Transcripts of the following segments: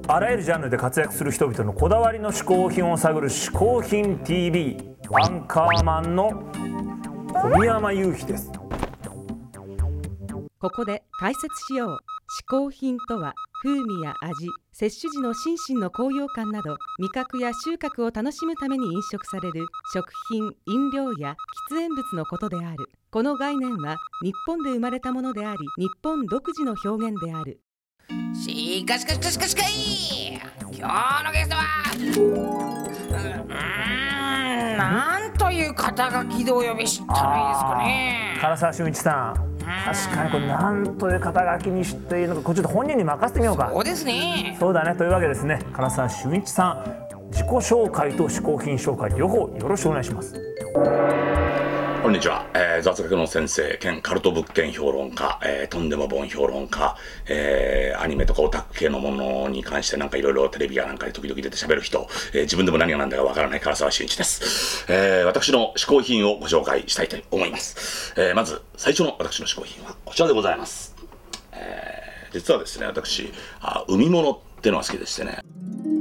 あらゆるジャンルで活躍する人々のこだわりの嗜好品を探る嗜好品 TV、 アンカーマンの小宮山雄飛です。 ここで解説しよう。嗜好品とは風味や味、摂取時の心身の高揚感など味覚や収穫を楽しむために飲食される食品、飲料や喫煙物のことである。この概念は日本で生まれたものであり、日本独自の表現である。 しかい今日のゲストはなんという肩書きでお呼びしたらいいですかね。 唐沢俊一さん、確かにこれ何という肩書きにしていいのか、これちょっと本人に任せてみようか。 そうですね。 そうだね。というわけですね、唐沢俊一さん、自己紹介と嗜好品紹介両方よろしくお願いします。 こんにちは、雑学の先生兼カルト物件評論家、とんでも本評論家、アニメとかオタク系のものに関してなんかいろいろテレビやなんかで時々出て喋る人、自分でも何が何だかわからない唐沢俊一です。私の嗜好品をご紹介したいと思います。まず最初の私の嗜好品はこちらでございます。実はですね、私海物っていうのが好きでしてね、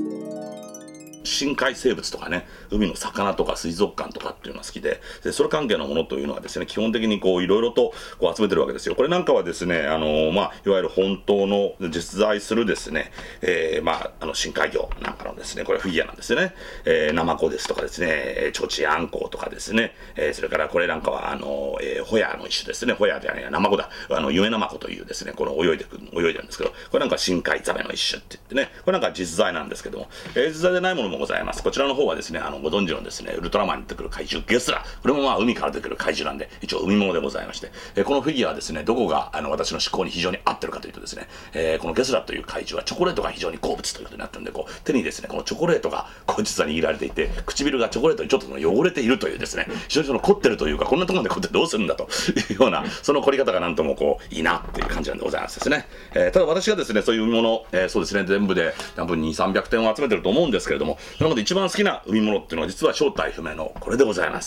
深海生物とかね、海の魚とか水族館とかっていうのが好きで、それ関係のものというのはですね、基本的にこういろいろとこう集めてるわけですよ。これなんかはですね、いわゆる本当の実在するですね、深海魚なんかのですね、これフィギュアなんですよね。ナマコですとかですね、チョチアンコウとかですね、それからこれなんかはホヤの一種ですね。ホヤではないナマコだ。ユエナマコというですね、この泳いでるんですけど、これなんか深海ザメの一種って言ってね、これなんか実在なんですけども、実在でないものもございます。こちらの方はですね、ご存知のですね、ウルトラマンに出てくる怪獣ゲスラ、これも海から出てくる怪獣なんで一応海物でございまして、このフィギュアはですね、どこが私の嗜好に非常に合ってるかというとですね、このゲスラという怪獣はチョコレートが非常に好物ということになってるんで、こう手にですね、このチョコレートがこう実は握られていて、唇がチョコレートにちょっと汚れているというですね、非常にその凝ってるというか、こんなところまで凝ってどうするんだというような、その凝り方がなんともこういいなっていう感じなんでございますですね。ただ私がですね、そういう海物、そうですね、全部で多分2、300点を集めてると思うんですけれども、その中で一番好きな海物っていうのは実は正体不明のこれでございます。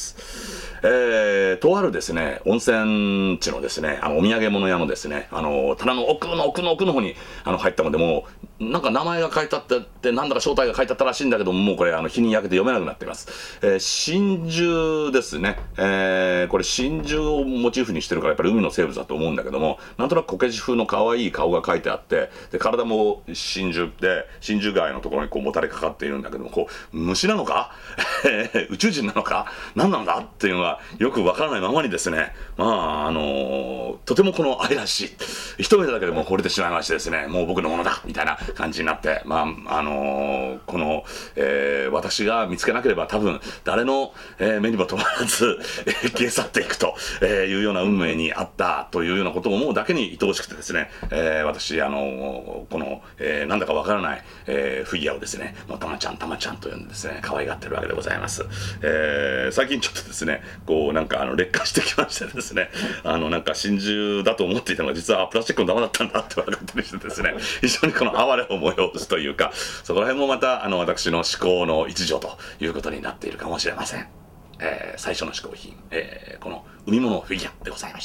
とあるですね、温泉地のですね、お土産物屋のですね、棚の奥の方に入ったので、もうなんか名前が書いてあってなんだか正体が書いてあったらしいんだけども、もうこれ日に焼けて読めなくなっています。真珠ですね。これ真珠をモチーフにしてるからやっぱり海の生物だと思うんだけども、なんとなくこけし風の可愛い顔が書いてあって、で体も真珠で真珠貝のところにこうもたれかかっているんだけども、こう虫なのか宇宙人なのか何なんだっていうのがよくわからないままにですね、とてもこの愛らしい、一目だけでも惚れてしまいましてですね、もう僕のものだみたいな感じになって、この、私が見つけなければ多分誰の、目にも留まらず、消え去っていくというような運命にあったというようなことを思うだけに愛おしくてですね、私この、なんだかわからない、フィギュアをですね、たまちゃんと呼んでですね、可愛がってるわけでございます。最近ちょっとですね、こうなんか劣化してきましてですね、なんか真珠だと思っていたのが実はプラスチックの玉だったんだって分かったりしてですね、非常にこの哀れを催すというか、そこら辺もまた私の思考の一助ということになっているかもしれません。最初の嗜好品、この海物フィギュアでございました。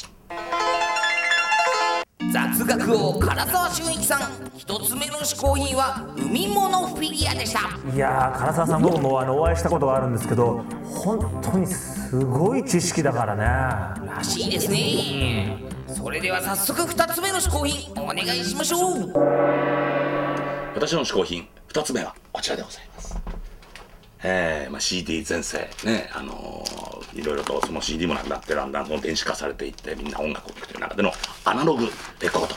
雑学王唐沢俊一さん、一つ目の嗜好品は海物フィギュアでした。 いやー、唐沢さん、僕もお会いしたことがあるんですけど、本当にすごい知識だからね。 らしいですね。それでは早速2つ目の嗜好品お願いしましょう。 私の嗜好品2つ目はこちらでございます。CD 全盛ね、いろいろとその CD もなくなってだんだん電子化されていって、みんな音楽を聴くという中でのアナログレコード。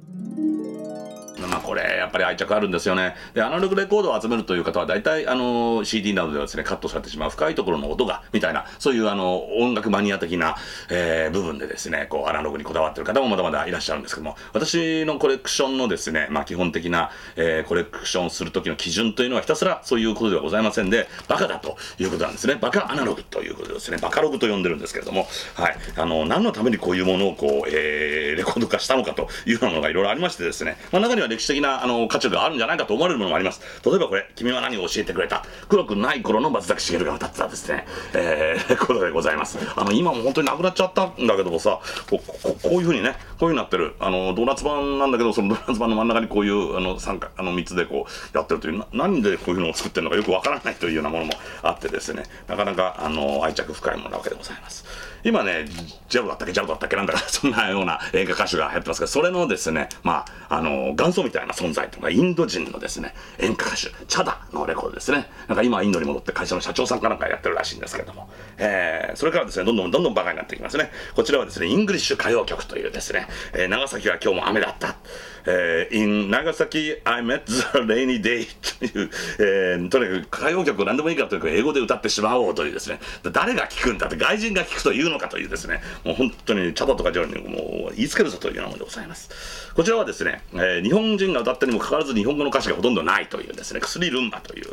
これやっぱり愛着あるんですよね。でアナログレコードを集めるという方は大体CD などではですねカットされてしまう深いところの音がみたいな、そういう音楽マニア的な、部分でですね、こうアナログにこだわっている方もまだまだいらっしゃるんですけども、私のコレクションのですね、基本的な、コレクションする時の基準というのはひたすらそういうことではございませんで、バカだということなんですね。バカアナログということでですね、バカログと呼んでるんですけれども、はい、何のためにこういうものをこう、レコード化したのかというようなのがいろいろありましてですね、中には歴史的な価値があるんじゃないかと思われるものもあります。例えばこれ、君は何を教えてくれた、黒くない頃の松崎しげるが歌ってたですね、ことでございます。今も本当になくなっちゃったんだけどもさ、こういうふうにね、こういうふうになってるドーナツ版なんだけど、そのドーナツ版の真ん中にこういう3つでこうやってるという、何でこういうのを作ってるのかよくわからないというようなものもあってですね、なかなか愛着深いものなわけでございます。今ね、ジャルだったっけなんだかそんなような演歌歌手が流行ってますけど、それのですね、元祖みたいな存在というのがインド人のですね、演歌歌手チャダのレコードですね。なんか今インドに戻って会社の社長さんかなんかやってるらしいんですけれども、それからですね、どんどんバカになっていきますね。こちらはですね、イングリッシュ歌謡曲というですね、長崎は今日も雨だった、in 長崎 I met the rainy day という、とにかく歌謡曲何でもいいからとにかく英語で歌ってしまおうというですね、誰が聞くんだって、外人が聞くというのかというですね、もう本当にチャダとかジャルにもう言いつけるぞというようなものでございます。こちらはですね、日本人が歌ってにもかかわらず日本語の歌詞がほとんどないというですね、薬ルンバという、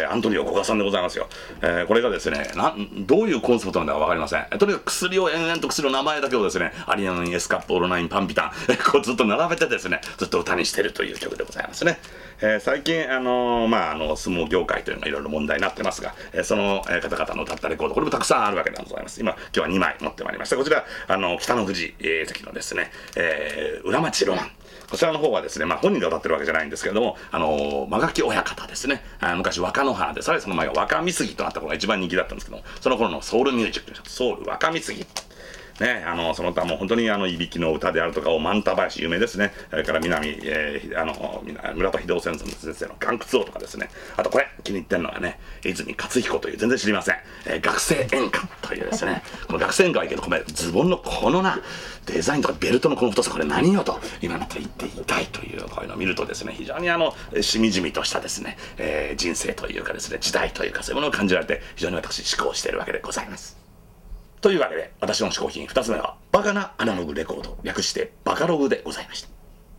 アントニオ古賀さんでございますよ。これがですね、どういうコンセプトなのか分かりません。とにかく薬を延々と薬の名前だけをですね、アリアン、エスカップ、オロナイン、パンピタン、こうずっと並べてですね、ずっと歌にしているという曲でございますね。最近相撲業界というのがいろいろ問題になってますが、その方々の歌ったレコード、これもたくさんあるわけでございます。今日は2枚持ってまいりました。こちら北の富士関のですね、裏町ロマン、こちらの方はですね、本人が歌ってるわけじゃないんですけれども、間垣親方ですね、昔若乃花で、さらにその前が若見杉となった頃が一番人気だったんですけども、その頃のソウルミュージック、ソウル若見杉ね、その他も本当にいびきの歌であるとか、万田林有名ですね。それから村田秀夫先生の岩窟王とかですね。あとこれ気に入ってるのがね、泉勝彦という、全然知りません、学生演歌というですね、この学生演歌はいいけど、ズボンのこのデザインとかベルトのこの太さ、これ何よと今のと言っていたいという、こういうのを見るとですね、非常にしみじみとしたですね、人生というかですね、時代というかそういうものを感じられて、非常に私思考しているわけでございます。というわけで、私の嗜好品2つ目はバカなアナログレコード、略してバカログでございました。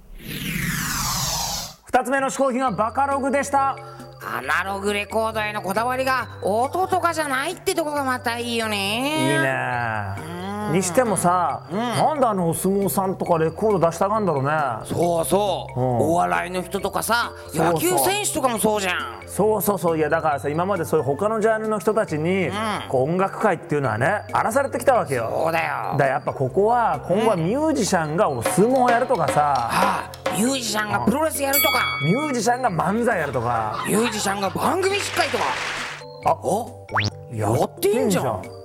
2つ目の嗜好品はバカログでした。 アナログレコードへのこだわりが音とかじゃないってとこがまたいいよね。 いいね。にしてもさ、なんでお相撲さんとかレコード出したがんだろうね。 そうそう、お笑いの人とかさ、野球選手とかもそうじゃん。 そう、いやだからさ、今までそういう他のジャンルの人たちに、音楽界っていうのはね、荒らされてきたわけよ。 そうだよ。 やっぱここは今後はミュージシャンがお相撲をやるとかさ、 ミュージシャンがプロレスやるとか、 ミュージシャンが漫才やるとか、 ミュージシャンが番組司会とか、 やってんじゃん。